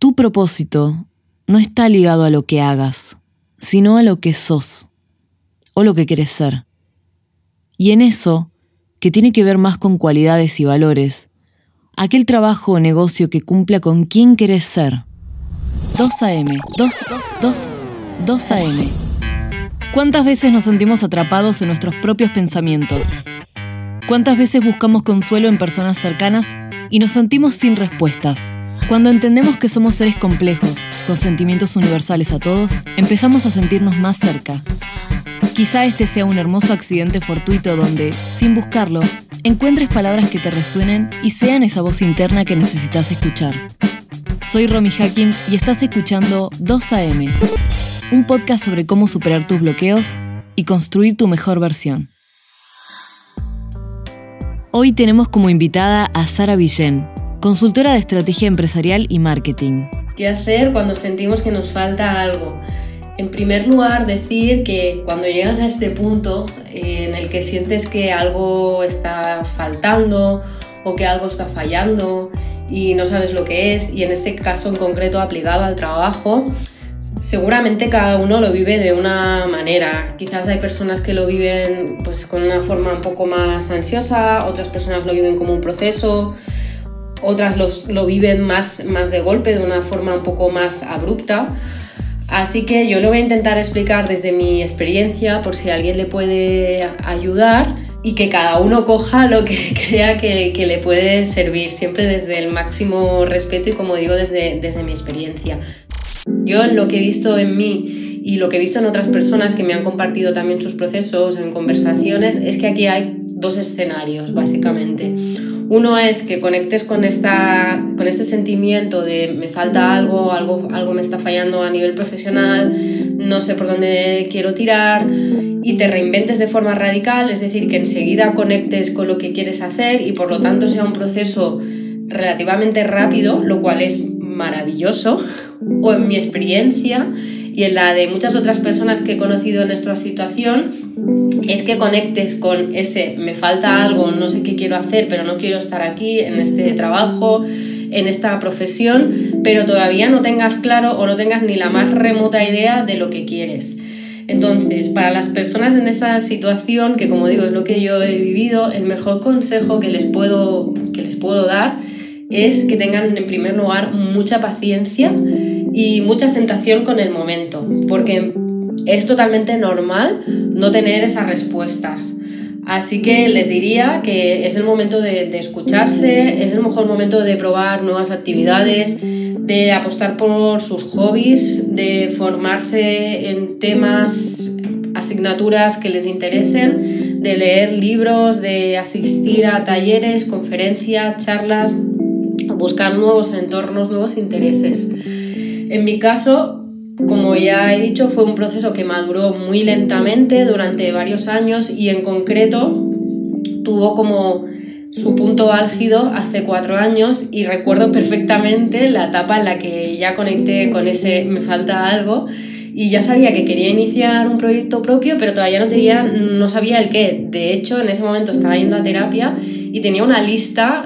Tu propósito no está ligado a lo que hagas, sino a lo que sos o lo que querés ser. Y en eso, que tiene que ver más con cualidades y valores, aquel trabajo o negocio que cumpla con quién querés ser. 2 AM. ¿Cuántas veces nos sentimos atrapados en nuestros propios pensamientos? ¿Cuántas veces buscamos consuelo en personas cercanas y nos sentimos sin respuestas? Cuando entendemos que somos seres complejos, con sentimientos universales a todos, empezamos a sentirnos más cerca. Quizá este sea un hermoso accidente fortuito donde, sin buscarlo, encuentres palabras que te resuenen y sean esa voz interna que necesitas escuchar. Soy Romy Hakim y estás escuchando 2 AM, un podcast sobre cómo superar tus bloqueos y construir tu mejor versión. Hoy tenemos como invitada a Sara Villén, consultora de estrategia empresarial y marketing. ¿Qué hacer cuando sentimos que nos falta algo? En primer lugar, decir que cuando llegas a este punto en el que sientes que algo está faltando o que algo está fallando y no sabes lo que es, y en este caso en concreto aplicado al trabajo, seguramente cada uno lo vive de una manera. Quizás hay personas que lo viven pues, con una forma un poco más ansiosa, otras personas lo viven como un proceso, otras lo viven más de golpe, de una forma un poco más abrupta. Así que yo lo voy a intentar explicar desde mi experiencia por si a alguien le puede ayudar y que cada uno coja lo que crea que le puede servir, siempre desde el máximo respeto y, como digo, desde mi experiencia. Yo lo que he visto en mí y lo que he visto en otras personas que me han compartido también sus procesos en conversaciones es que aquí hay 2 escenarios, básicamente. Uno es que conectes con este sentimiento de me falta algo me está fallando a nivel profesional, no sé por dónde quiero tirar, y te reinventes de forma radical, es decir, que enseguida conectes con lo que quieres hacer y por lo tanto sea un proceso relativamente rápido, lo cual es maravilloso, o en mi experiencia y en la de muchas otras personas que he conocido en esta situación, es que conectes con ese me falta algo, no sé qué quiero hacer, pero no quiero estar aquí en este trabajo, en esta profesión, pero todavía no tengas claro o no tengas ni la más remota idea de lo que quieres. Entonces, para las personas en esa situación, que como digo es lo que yo he vivido, el mejor consejo que les puedo dar es que tengan en primer lugar mucha paciencia y mucha aceptación con el momento, porque es totalmente normal no tener esas respuestas. Así que les diría que es el momento de escucharse, es el mejor momento de probar nuevas actividades, de apostar por sus hobbies, de formarse en temas, asignaturas que les interesen, de leer libros, de asistir a talleres, conferencias, charlas, buscar nuevos entornos, nuevos intereses. En mi caso, como ya he dicho, fue un proceso que maduró muy lentamente durante varios años y en concreto tuvo como su punto álgido hace 4 años y recuerdo perfectamente la etapa en la que ya conecté con ese me falta algo y ya sabía que quería iniciar un proyecto propio, pero todavía no sabía el qué. De hecho, en ese momento estaba yendo a terapia y tenía una lista,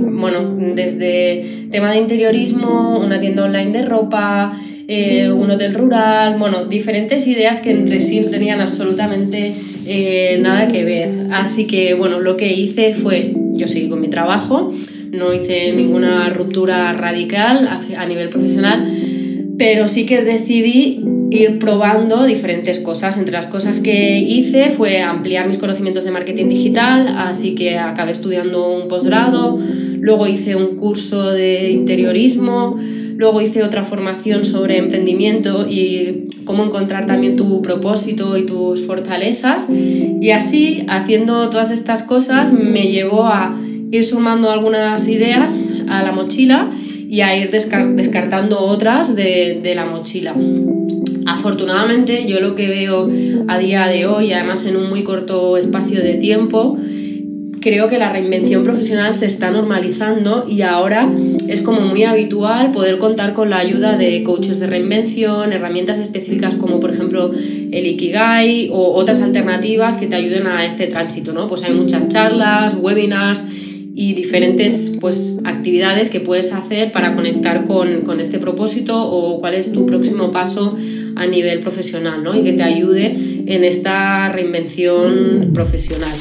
desde tema de interiorismo, una tienda online de ropa, un hotel rural, diferentes ideas que entre sí no tenían absolutamente nada que ver. Así que lo que hice fue, yo seguí con mi trabajo, no hice ninguna ruptura radical a nivel profesional, pero sí que decidí ir probando diferentes cosas. Entre las cosas que hice fue ampliar mis conocimientos de marketing digital, así que acabé estudiando un posgrado, luego hice un curso de interiorismo, luego hice otra formación sobre emprendimiento y cómo encontrar también tu propósito y tus fortalezas, y así, haciendo todas estas cosas, me llevó a ir sumando algunas ideas a la mochila y a ir descartando otras de la mochila. Afortunadamente, yo lo que veo a día de hoy, además en un muy corto espacio de tiempo, creo que la reinvención profesional se está normalizando y ahora es como muy habitual poder contar con la ayuda de coaches de reinvención, herramientas específicas como por ejemplo el Ikigai o otras alternativas que te ayuden a este tránsito, ¿no? Pues hay muchas charlas, webinars y diferentes pues, actividades que puedes hacer para conectar con este propósito o cuál es tu próximo paso a nivel profesional, ¿no? Y que te ayude en esta reinvención profesional.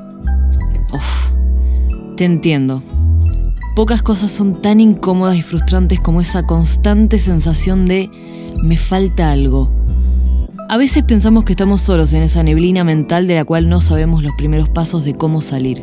Uf, te entiendo. Pocas cosas son tan incómodas y frustrantes como esa constante sensación de me falta algo. A veces pensamos que estamos solos en esa neblina mental de la cual no sabemos los primeros pasos de cómo salir.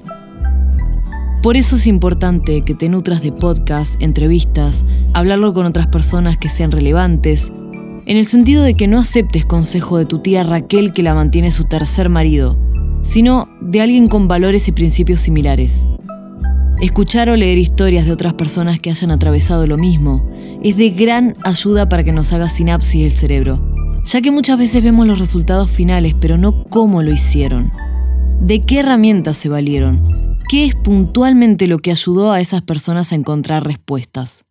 Por eso es importante que te nutras de podcasts, entrevistas, hablarlo con otras personas que sean relevantes, en el sentido de que no aceptes consejo de tu tía Raquel que la mantiene su tercer marido, sino de alguien con valores y principios similares. Escuchar o leer historias de otras personas que hayan atravesado lo mismo es de gran ayuda para que nos haga sinapsis el cerebro, ya que muchas veces vemos los resultados finales, pero no cómo lo hicieron. ¿De qué herramientas se valieron? ¿Qué es puntualmente lo que ayudó a esas personas a encontrar respuestas?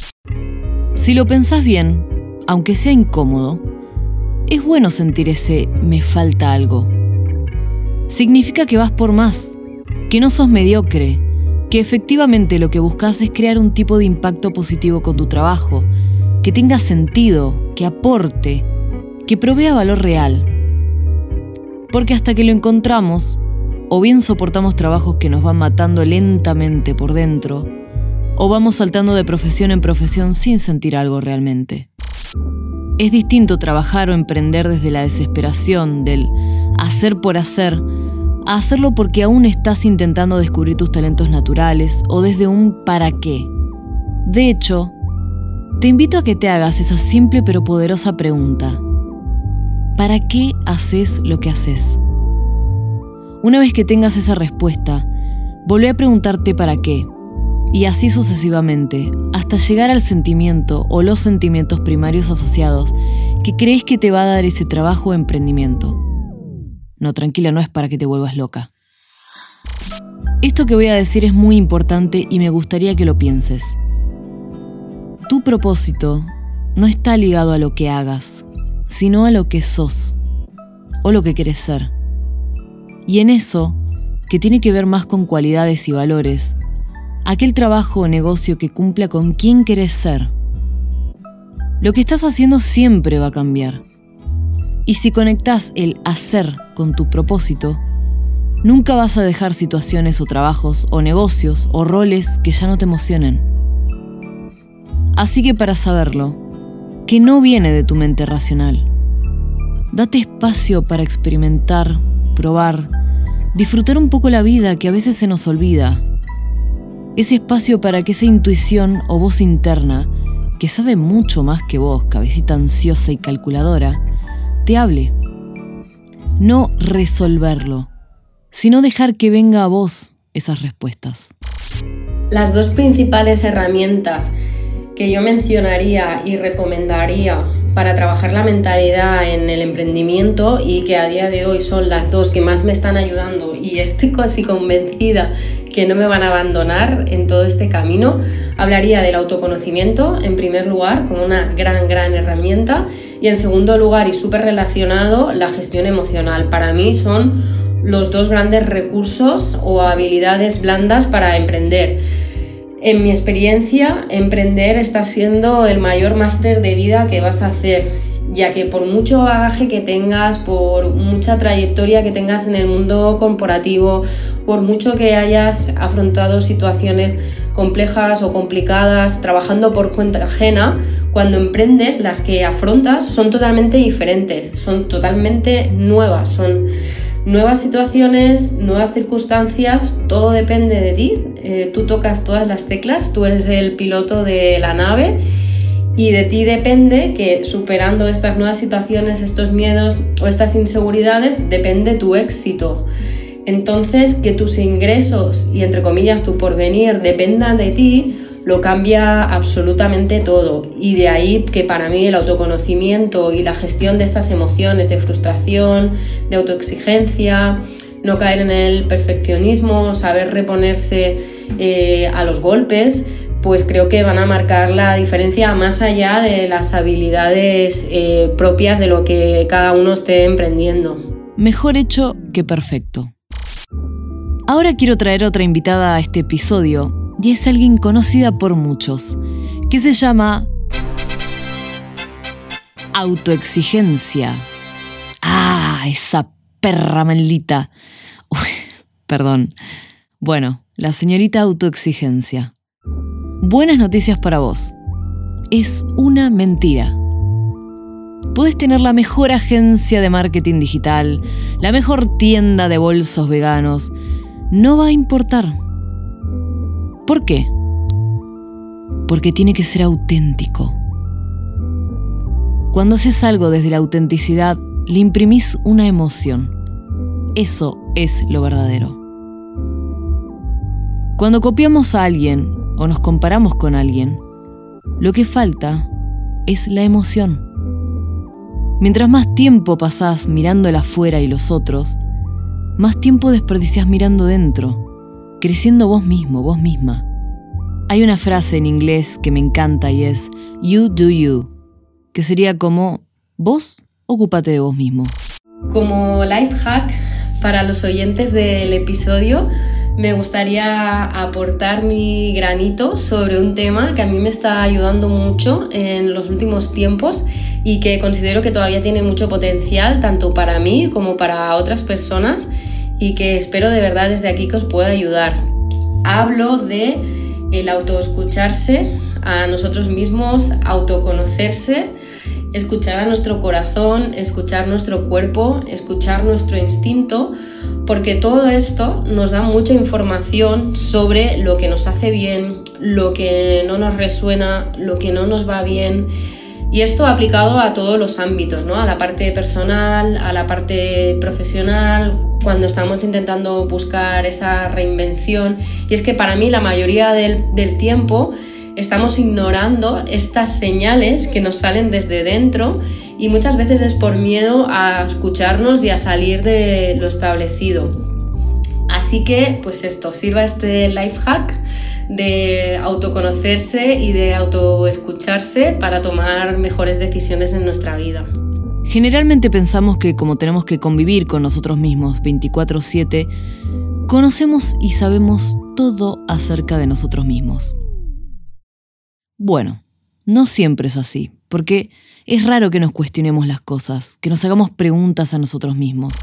Si lo pensás bien, aunque sea incómodo, es bueno sentir ese me falta algo. Significa que vas por más, que no sos mediocre, que efectivamente lo que buscas es crear un tipo de impacto positivo con tu trabajo, que tenga sentido, que aporte, que provea valor real. Porque hasta que lo encontramos, o bien soportamos trabajos que nos van matando lentamente por dentro, o vamos saltando de profesión en profesión sin sentir algo realmente. Es distinto trabajar o emprender desde la desesperación, del hacer por hacer, a hacerlo porque aún estás intentando descubrir tus talentos naturales o desde un ¿para qué? De hecho, te invito a que te hagas esa simple pero poderosa pregunta. ¿Para qué haces lo que haces? Una vez que tengas esa respuesta, volvé a preguntarte para qué, y así sucesivamente, hasta llegar al sentimiento o los sentimientos primarios asociados que crees que te va a dar ese trabajo o emprendimiento. No, tranquila, no es para que te vuelvas loca. Esto que voy a decir es muy importante y me gustaría que lo pienses. Tu propósito no está ligado a lo que hagas, sino a lo que sos o lo que querés ser. Y en eso, que tiene que ver más con cualidades y valores, aquel trabajo o negocio que cumpla con quién querés ser. Lo que estás haciendo siempre va a cambiar. Y si conectás el hacer con tu propósito, nunca vas a dejar situaciones o trabajos o negocios o roles que ya no te emocionen. Así que para saberlo, que no viene de tu mente racional. Date espacio para experimentar, probar, disfrutar un poco la vida que a veces se nos olvida. Ese espacio para que esa intuición o voz interna, que sabe mucho más que vos, cabecita ansiosa y calculadora, te hable. No resolverlo, sino dejar que venga a vos esas respuestas. Las dos principales herramientas que yo mencionaría y recomendaría para trabajar la mentalidad en el emprendimiento y que a día de hoy son las dos que más me están ayudando y estoy casi convencida que no me van a abandonar en todo este camino, hablaría del autoconocimiento en primer lugar como una gran herramienta y en segundo lugar y súper relacionado la gestión emocional. Para mí son los dos grandes recursos o habilidades blandas para emprender. En mi experiencia, emprender está siendo el mayor máster de vida que vas a hacer, ya que por mucho bagaje que tengas, por mucha trayectoria que tengas en el mundo corporativo, por mucho que hayas afrontado situaciones complejas o complicadas trabajando por cuenta ajena, cuando emprendes las que afrontas son totalmente diferentes, son totalmente nuevas, son nuevas situaciones, nuevas circunstancias, todo depende de ti, tú tocas todas las teclas, tú eres el piloto de la nave y de ti depende que superando estas nuevas situaciones, estos miedos o estas inseguridades, depende tu éxito. Entonces, que tus ingresos y entre comillas tu porvenir dependan de ti, lo cambia absolutamente todo. Y de ahí que para mí el autoconocimiento y la gestión de estas emociones de frustración, de autoexigencia, no caer en el perfeccionismo, saber reponerse a los golpes, pues creo que van a marcar la diferencia más allá de las habilidades propias de lo que cada uno esté emprendiendo. Mejor hecho que perfecto. Ahora quiero traer otra invitada a este episodio, y es alguien conocida por muchos, que se llama autoexigencia. ¡Ah, esa perra maldita! Uy, perdón. Bueno, la señorita autoexigencia. Buenas noticias para vos. Es una mentira. Podés tener la mejor agencia de marketing digital, la mejor tienda de bolsos veganos. No va a importar. ¿Por qué? Porque tiene que ser auténtico. Cuando haces algo desde la autenticidad, le imprimís una emoción. Eso es lo verdadero. Cuando copiamos a alguien o nos comparamos con alguien, lo que falta es la emoción. Mientras más tiempo pasás mirando el afuera y los otros, más tiempo desperdiciás mirando dentro, creciendo vos mismo, vos misma. Hay una frase en inglés que me encanta y es "You do you", que sería como vos ocúpate de vos mismo. Como life hack para los oyentes del episodio, me gustaría aportar mi granito sobre un tema que a mí me está ayudando mucho en los últimos tiempos y que considero que todavía tiene mucho potencial tanto para mí como para otras personas y que espero de verdad desde aquí que os pueda ayudar. Hablo de el autoescucharse a nosotros mismos, autoconocerse, escuchar a nuestro corazón, escuchar nuestro cuerpo, escuchar nuestro instinto, porque todo esto nos da mucha información sobre lo que nos hace bien, lo que no nos resuena, lo que no nos va bien. Y esto aplicado a todos los ámbitos, ¿no? A la parte personal, a la parte profesional, cuando estamos intentando buscar esa reinvención. Y es que para mí la mayoría del tiempo estamos ignorando estas señales que nos salen desde dentro y muchas veces es por miedo a escucharnos y a salir de lo establecido. Así que, pues esto, sirva este life hack de autoconocerse y de autoescucharse para tomar mejores decisiones en nuestra vida. Generalmente pensamos que como tenemos que convivir con nosotros mismos 24/7, conocemos y sabemos todo acerca de nosotros mismos. Bueno, no siempre es así, porque es raro que nos cuestionemos las cosas, que nos hagamos preguntas a nosotros mismos.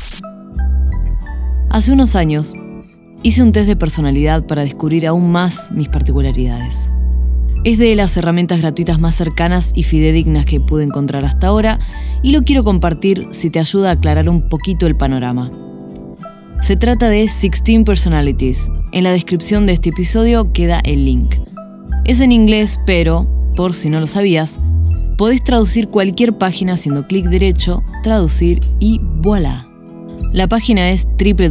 Hace unos años, hice un test de personalidad para descubrir aún más mis particularidades. Es de las herramientas gratuitas más cercanas y fidedignas que pude encontrar hasta ahora y lo quiero compartir si te ayuda a aclarar un poquito el panorama. Se trata de 16 Personalities. En la descripción de este episodio queda el link. Es en inglés, pero, por si no lo sabías, podés traducir cualquier página haciendo clic derecho, traducir y voilà. La página es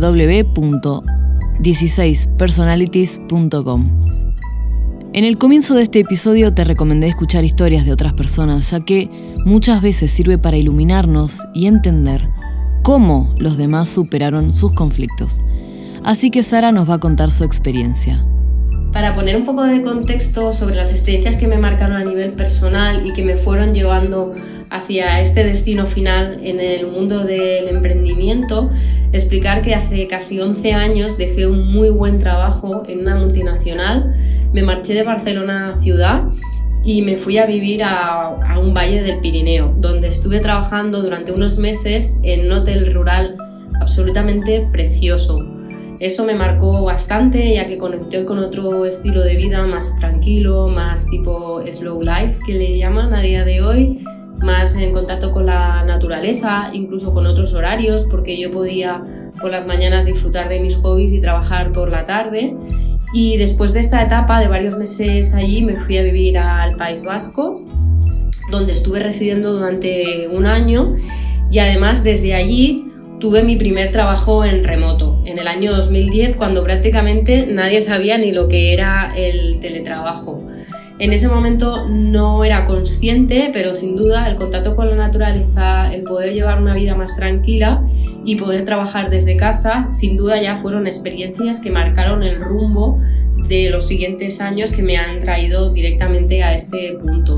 www.16personalities.com. En el comienzo de este episodio te recomendé escuchar historias de otras personas, ya que muchas veces sirve para iluminarnos y entender cómo los demás superaron sus conflictos. Así que Sara nos va a contar su experiencia. Para poner un poco de contexto sobre las experiencias que me marcaron a nivel personal y que me fueron llevando hacia este destino final en el mundo del emprendimiento, explicar que hace casi 11 años dejé un muy buen trabajo en una multinacional, me marché de Barcelona ciudad y me fui a vivir a un valle del Pirineo, donde estuve trabajando durante unos meses en un hotel rural absolutamente precioso. Eso me marcó bastante, ya que conecté con otro estilo de vida más tranquilo, más tipo slow life, que le llaman a día de hoy, más en contacto con la naturaleza, incluso con otros horarios, porque yo podía por las mañanas disfrutar de mis hobbies y trabajar por la tarde. Y después de esta etapa de varios meses allí, me fui a vivir al País Vasco, donde estuve residiendo durante un año, y además desde allí tuve mi primer trabajo en remoto, en el año 2010, cuando prácticamente nadie sabía ni lo que era el teletrabajo. En ese momento no era consciente, pero sin duda el contacto con la naturaleza, el poder llevar una vida más tranquila y poder trabajar desde casa, sin duda ya fueron experiencias que marcaron el rumbo de los siguientes años que me han traído directamente a este punto.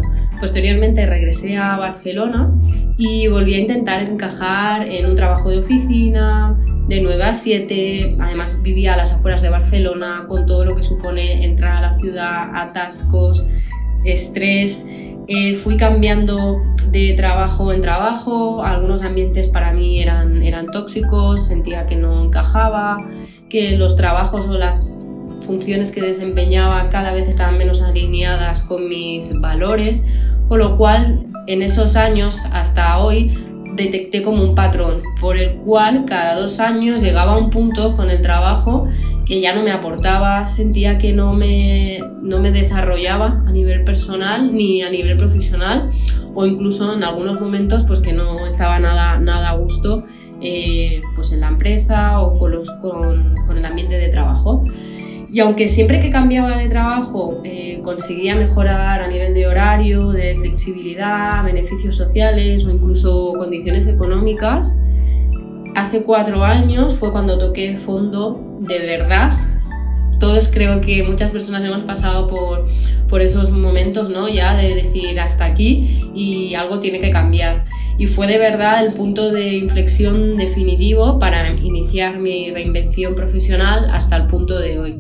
Posteriormente regresé a Barcelona y volví a intentar encajar en un trabajo de oficina, de 9 a 7, además vivía a las afueras de Barcelona, con todo lo que supone entrar a la ciudad, atascos, estrés. Fui cambiando de trabajo en trabajo, algunos ambientes para mí eran tóxicos, sentía que no encajaba, que los trabajos o las funciones que desempeñaba cada vez estaban menos alineadas con mis valores, con lo cual en esos años hasta hoy detecté como un patrón por el cual cada 2 años llegaba a un punto con el trabajo que ya no me aportaba, sentía que no me desarrollaba a nivel personal ni a nivel profesional, o incluso en algunos momentos pues que no estaba nada a gusto pues en la empresa o con el ambiente de trabajo. Y aunque siempre que cambiaba de trabajo conseguía mejorar a nivel de horario, de flexibilidad, beneficios sociales o incluso condiciones económicas, hace 4 años fue cuando toqué fondo de verdad. Todos creo que muchas personas hemos pasado por esos momentos, ¿no? Ya de decir hasta aquí y algo tiene que cambiar. Y fue de verdad el punto de inflexión definitivo para iniciar mi reinvención profesional hasta el punto de hoy.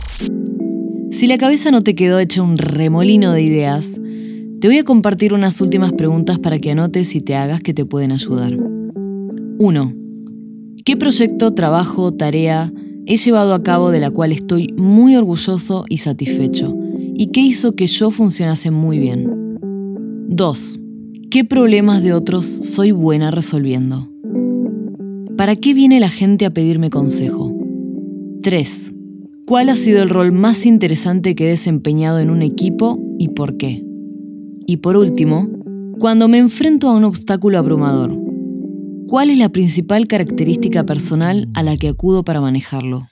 Si la cabeza no te quedó hecha un remolino de ideas, te voy a compartir unas últimas preguntas para que anotes y te hagas que te pueden ayudar. 1. ¿Qué proyecto, trabajo, tarea he llevado a cabo de la cual estoy muy orgulloso y satisfecho? ¿Y qué hizo que yo funcionase muy bien? 2. ¿Qué problemas de otros soy buena resolviendo? ¿Para qué viene la gente a pedirme consejo? 3. ¿Cuál ha sido el rol más interesante que he desempeñado en un equipo y por qué? Y por último, cuando me enfrento a un obstáculo abrumador, ¿cuál es la principal característica personal a la que acudo para manejarlo?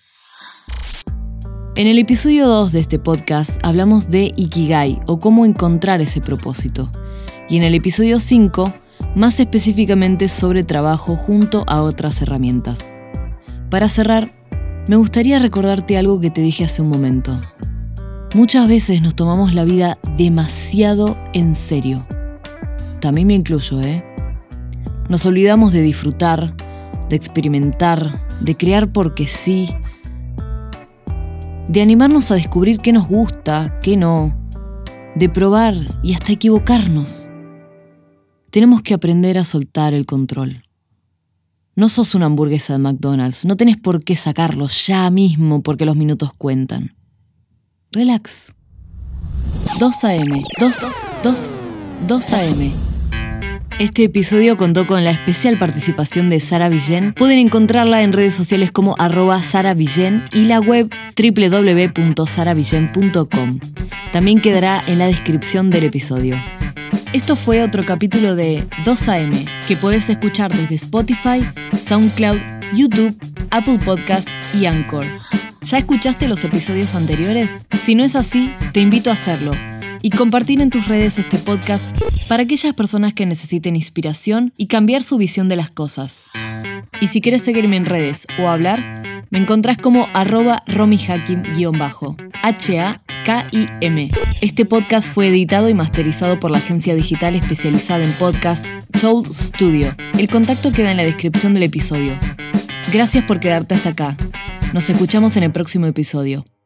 En el episodio 2 de este podcast hablamos de Ikigai o cómo encontrar ese propósito. Y en el episodio 5, más específicamente sobre trabajo junto a otras herramientas. Para cerrar, me gustaría recordarte algo que te dije hace un momento. Muchas veces nos tomamos la vida demasiado en serio. También me incluyo, Nos olvidamos de disfrutar, de experimentar, de crear porque sí, de animarnos a descubrir qué nos gusta, qué no, de probar y hasta equivocarnos. Tenemos que aprender a soltar el control. No sos una hamburguesa de McDonald's, no tenés por qué sacarlo ya mismo porque los minutos cuentan. Relax. 2 a.m. 2 a.m. Este episodio contó con la especial participación de Sara Villén. Pueden encontrarla en redes sociales como @SaraVillén y la web www.saravillén.com. También quedará en la descripción del episodio. Esto fue otro capítulo de 2 a.m. que podés escuchar desde Spotify, SoundCloud, YouTube, Apple Podcast y Anchor. ¿Ya escuchaste los episodios anteriores? Si no es así, te invito a hacerlo y compartir en tus redes este podcast para aquellas personas que necesiten inspiración y cambiar su visión de las cosas. Y si quieres seguirme en redes o hablar, me encontrás como @romihakim_, HAKIM. Este podcast fue editado y masterizado por la agencia digital especializada en podcast Toll Studio. El contacto queda en la descripción del episodio. Gracias por quedarte hasta acá. Nos escuchamos en el próximo episodio.